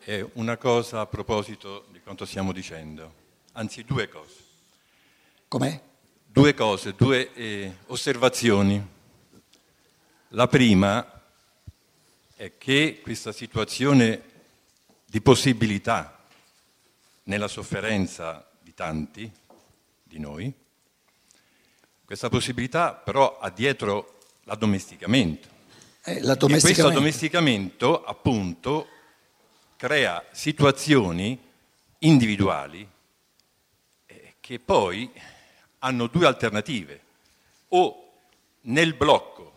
è una cosa a proposito di quanto stiamo dicendo, anzi due cose. Com'è? Due cose, due osservazioni. La prima è che questa situazione di possibilità nella sofferenza di tanti di noi, questa possibilità però ha dietro l'addomesticamento. E questo addomesticamento appunto crea situazioni individuali che poi hanno due alternative: o nel blocco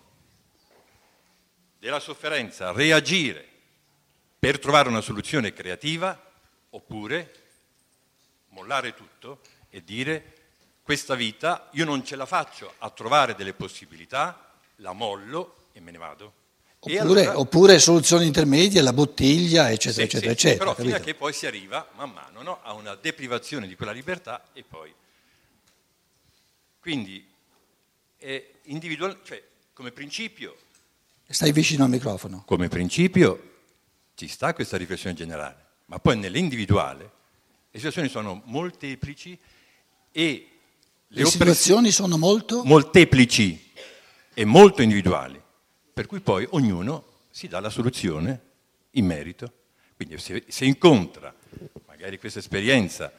della sofferenza reagire per trovare una soluzione creativa, oppure mollare tutto e dire: questa vita io non ce la faccio a trovare delle possibilità, la mollo e me ne vado. Oppure soluzioni intermedie, la bottiglia, eccetera, eccetera, eccetera. Però capito? fino a che poi si arriva man mano, no, a una deprivazione di quella libertà e poi... Quindi è individuale, cioè come principio... Stai vicino al microfono. Come principio ci sta questa riflessione generale, ma poi nell'individuale le situazioni sono molteplici e le situazioni sono molteplici e molto individuali, per cui poi ognuno si dà la soluzione in merito. Quindi se incontra magari questa esperienza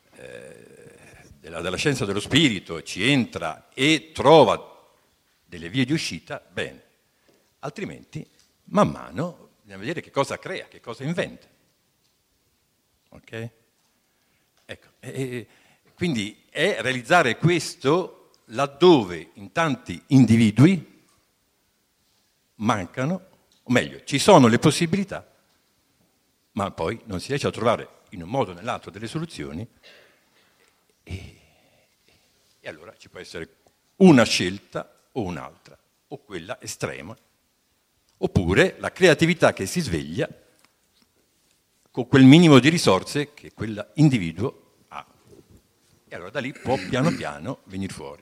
della scienza dello spirito, ci entra e trova delle vie di uscita, bene. Altrimenti, man mano, bisogna vedere che cosa crea, che cosa inventa. Ok? Ecco, quindi è realizzare questo laddove in tanti individui mancano, o meglio, ci sono le possibilità, ma poi non si riesce a trovare in un modo o nell'altro delle soluzioni e allora ci può essere una scelta o un'altra, o quella estrema, oppure la creatività che si sveglia con quel minimo di risorse che quell'individuo ha. E allora da lì può piano piano venire fuori.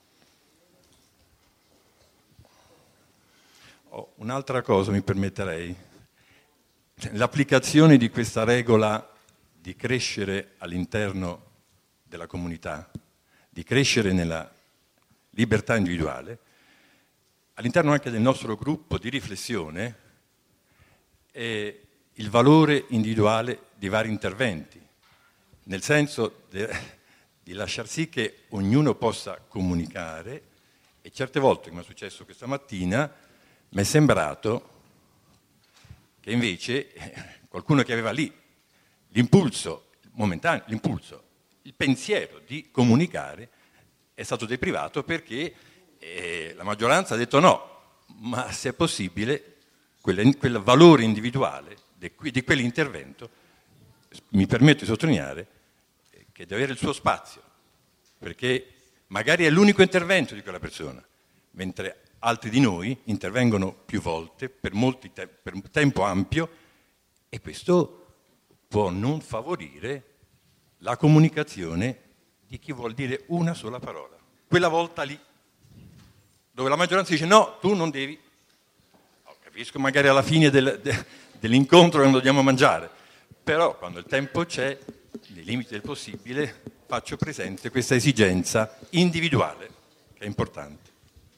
Un'altra cosa mi permetterei, l'applicazione di questa regola di crescere all'interno della comunità, di crescere nella libertà individuale, all'interno anche del nostro gruppo di riflessione, è il valore individuale di vari interventi, nel senso di lasciar sì che ognuno possa comunicare, e certe volte, come è successo questa mattina, mi è sembrato che invece qualcuno che aveva lì l'impulso momentaneo, il pensiero di comunicare è stato deprivato perché la maggioranza ha detto no, ma se è possibile quel valore individuale di quell'intervento, mi permetto di sottolineare che deve avere il suo spazio, perché magari è l'unico intervento di quella persona, mentre altri di noi intervengono più volte, per un tempo ampio, e questo può non favorire la comunicazione di chi vuol dire una sola parola. Quella volta lì, dove la maggioranza dice no, tu non devi. Capisco magari alla fine dell'incontro che non dobbiamo mangiare, però quando il tempo c'è, nei limiti del possibile, faccio presente questa esigenza individuale che è importante.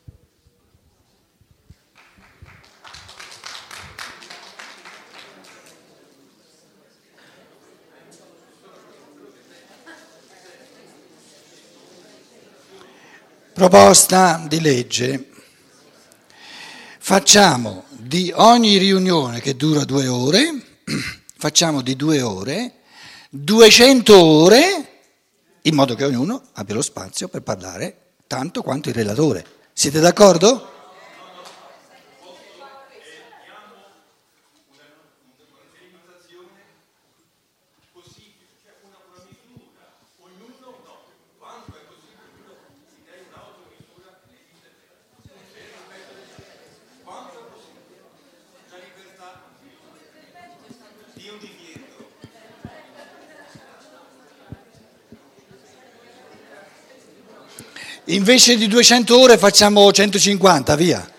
Proposta di legge. Facciamo di ogni riunione che dura 2 ore, facciamo di 2 ore, 200 ore, in modo che ognuno abbia lo spazio per parlare tanto quanto il relatore. Siete d'accordo? Invece di 200 ore facciamo 150, via.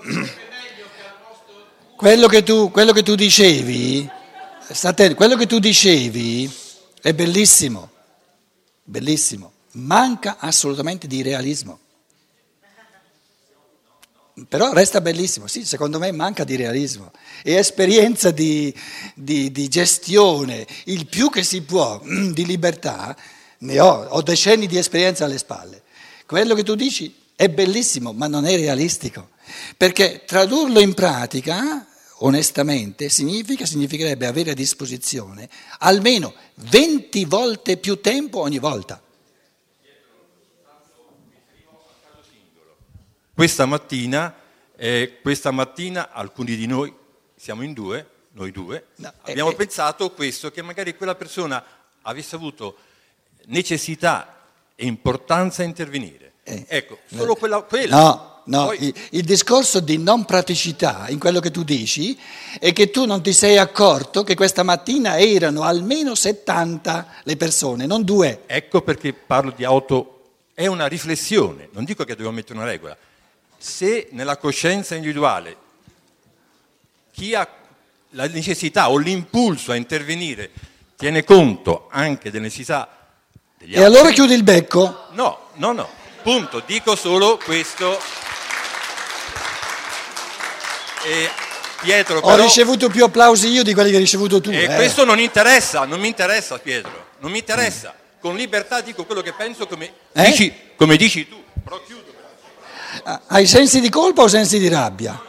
quello che tu dicevi, quello che tu dicevi è bellissimo, bellissimo, manca assolutamente di realismo. Però resta bellissimo, sì, secondo me manca di realismo e esperienza di gestione, il più che si può, di libertà, ne ho decenni di esperienza alle spalle. Quello che tu dici è bellissimo, ma non è realistico, perché tradurlo in pratica, onestamente, significherebbe avere a disposizione almeno 20 volte più tempo ogni volta. Questa mattina alcuni di noi, siamo in due, noi due, abbiamo pensato questo, che magari quella persona avesse avuto necessità e importanza a intervenire. Ecco, solo quella. No, poi, il discorso di non praticità in quello che tu dici è che tu non ti sei accorto che questa mattina erano almeno 70 le persone, non 2. Ecco perché parlo di è una riflessione, non dico che dobbiamo mettere una regola. Se nella coscienza individuale chi ha la necessità o l'impulso a intervenire tiene conto anche delle necessità degli altri. E allora chiudi il becco? No, punto, dico solo questo. E Pietro, però, ho ricevuto più applausi io di quelli che hai ricevuto tu. E questo non mi interessa Pietro, non mi interessa. Con libertà dico quello che penso come dici tu, però chiudo. Hai sensi di colpa o sensi di rabbia?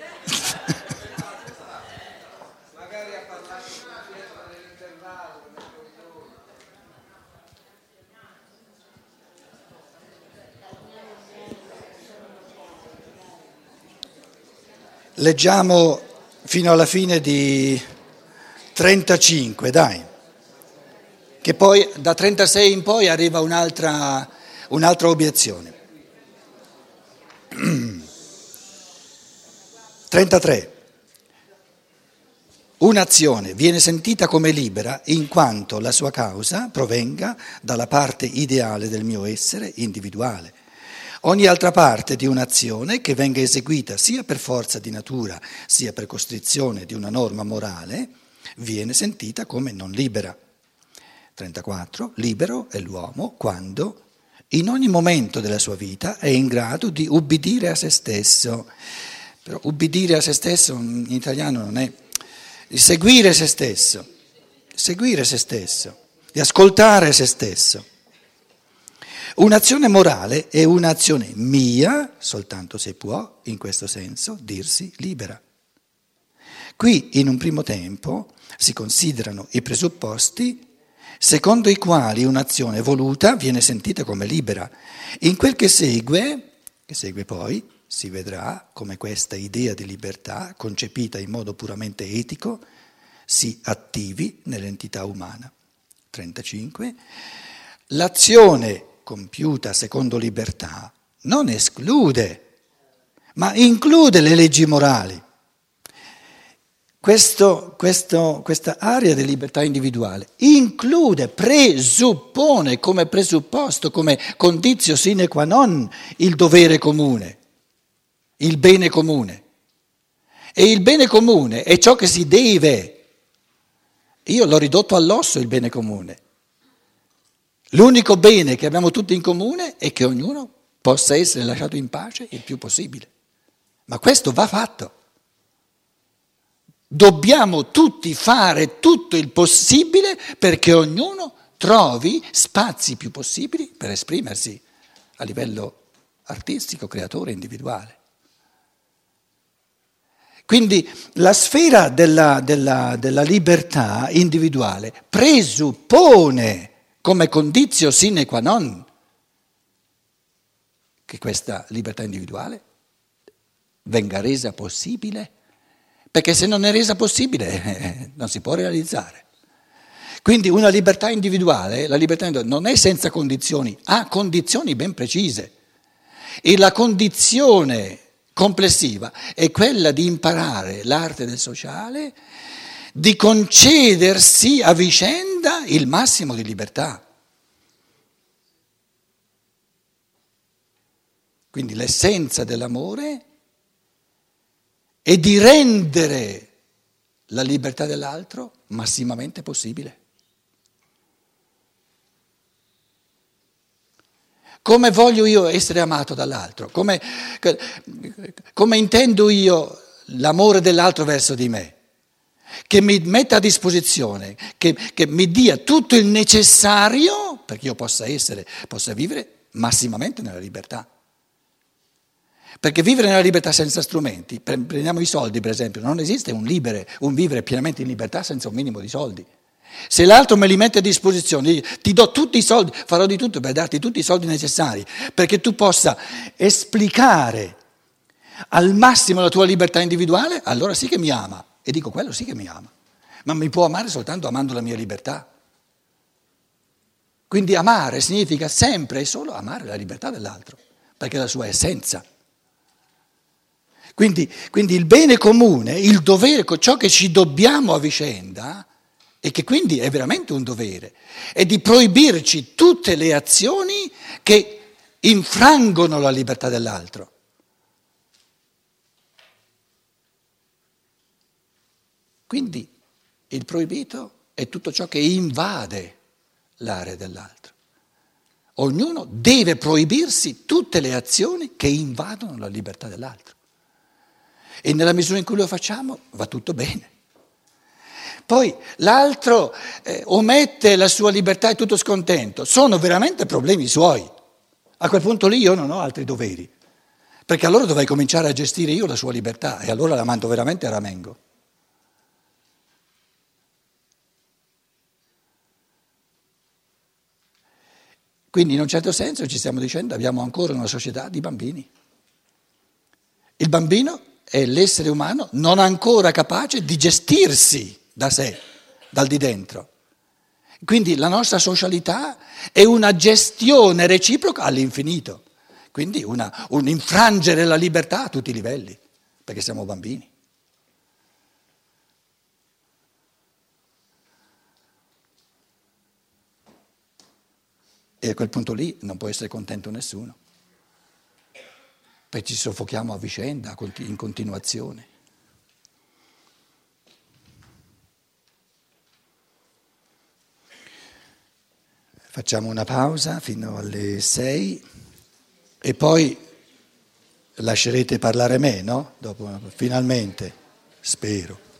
Leggiamo fino alla fine di 35, dai, che poi da 36 in poi arriva un'altra obiezione. 33. Un'azione viene sentita come libera in quanto la sua causa provenga dalla parte ideale del mio essere individuale. Ogni altra parte di un'azione che venga eseguita sia per forza di natura sia per costrizione di una norma morale viene sentita come non libera. 34. Libero è l'uomo quando in ogni momento della sua vita è in grado di ubbidire a se stesso. Però ubbidire a se stesso in italiano non è seguire se stesso, di ascoltare se stesso. Un'azione morale è un'azione mia, soltanto se può, in questo senso, dirsi libera. Qui, in un primo tempo, si considerano i presupposti secondo i quali un'azione voluta viene sentita come libera. In quel che segue poi, si vedrà come questa idea di libertà, concepita in modo puramente etico, si attivi nell'entità umana. 35. L'azione compiuta secondo libertà non esclude, ma include le leggi morali. Questa area di libertà individuale include, presuppone come presupposto, come conditio sine qua non il dovere comune, il bene comune. E il bene comune è ciò che si deve. Io l'ho ridotto all'osso il bene comune. L'unico bene che abbiamo tutti in comune è che ognuno possa essere lasciato in pace il più possibile. Ma questo va fatto. Dobbiamo tutti fare tutto il possibile perché ognuno trovi spazi più possibili per esprimersi a livello artistico, creatore, individuale. Quindi la sfera della libertà individuale presuppone come conditio sine qua non che questa libertà individuale venga resa possibile, perché se non è resa possibile non si può realizzare. Quindi una libertà individuale, la libertà individuale non è senza condizioni, ha condizioni ben precise e la condizione complessiva è quella di imparare l'arte del sociale, di concedersi a vicenda il massimo di libertà. Quindi l'essenza dell'amore e di rendere la libertà dell'altro massimamente possibile. Come voglio io essere amato dall'altro? Come intendo io l'amore dell'altro verso di me? Che mi metta a disposizione, che mi dia tutto il necessario perché io possa vivere massimamente nella libertà. Perché vivere nella libertà senza strumenti, prendiamo i soldi per esempio, non esiste un vivere pienamente in libertà senza un minimo di soldi. Se l'altro me li mette a disposizione, ti do tutti i soldi, farò di tutto per darti tutti i soldi necessari, perché tu possa esplicare al massimo la tua libertà individuale, allora sì che mi ama. E dico, quello sì che mi ama, ma mi può amare soltanto amando la mia libertà. Quindi amare significa sempre e solo amare la libertà dell'altro, perché è la sua essenza. Quindi il bene comune, il dovere, ciò che ci dobbiamo a vicenda, e che quindi è veramente un dovere, è di proibirci tutte le azioni che infrangono la libertà dell'altro. Quindi il proibito è tutto ciò che invade l'area dell'altro. Ognuno deve proibirsi tutte le azioni che invadono la libertà dell'altro. E nella misura in cui lo facciamo va tutto bene. Poi l'altro omette la sua libertà e è tutto scontento. Sono veramente problemi suoi. A quel punto lì io non ho altri doveri, perché allora dovrei cominciare a gestire io la sua libertà e allora la mando veramente a ramengo. Quindi in un certo senso ci stiamo dicendo abbiamo ancora una società di bambini. Il bambino è l'essere umano non ancora capace di gestirsi da sé, dal di dentro. Quindi la nostra socialità è una gestione reciproca all'infinito, quindi un infrangere la libertà a tutti i livelli, perché siamo bambini. E a quel punto lì non può essere contento nessuno, perché ci soffochiamo a vicenda in continuazione. Facciamo una pausa fino alle 6 e poi lascerete parlare me, no? Dopo, finalmente, spero.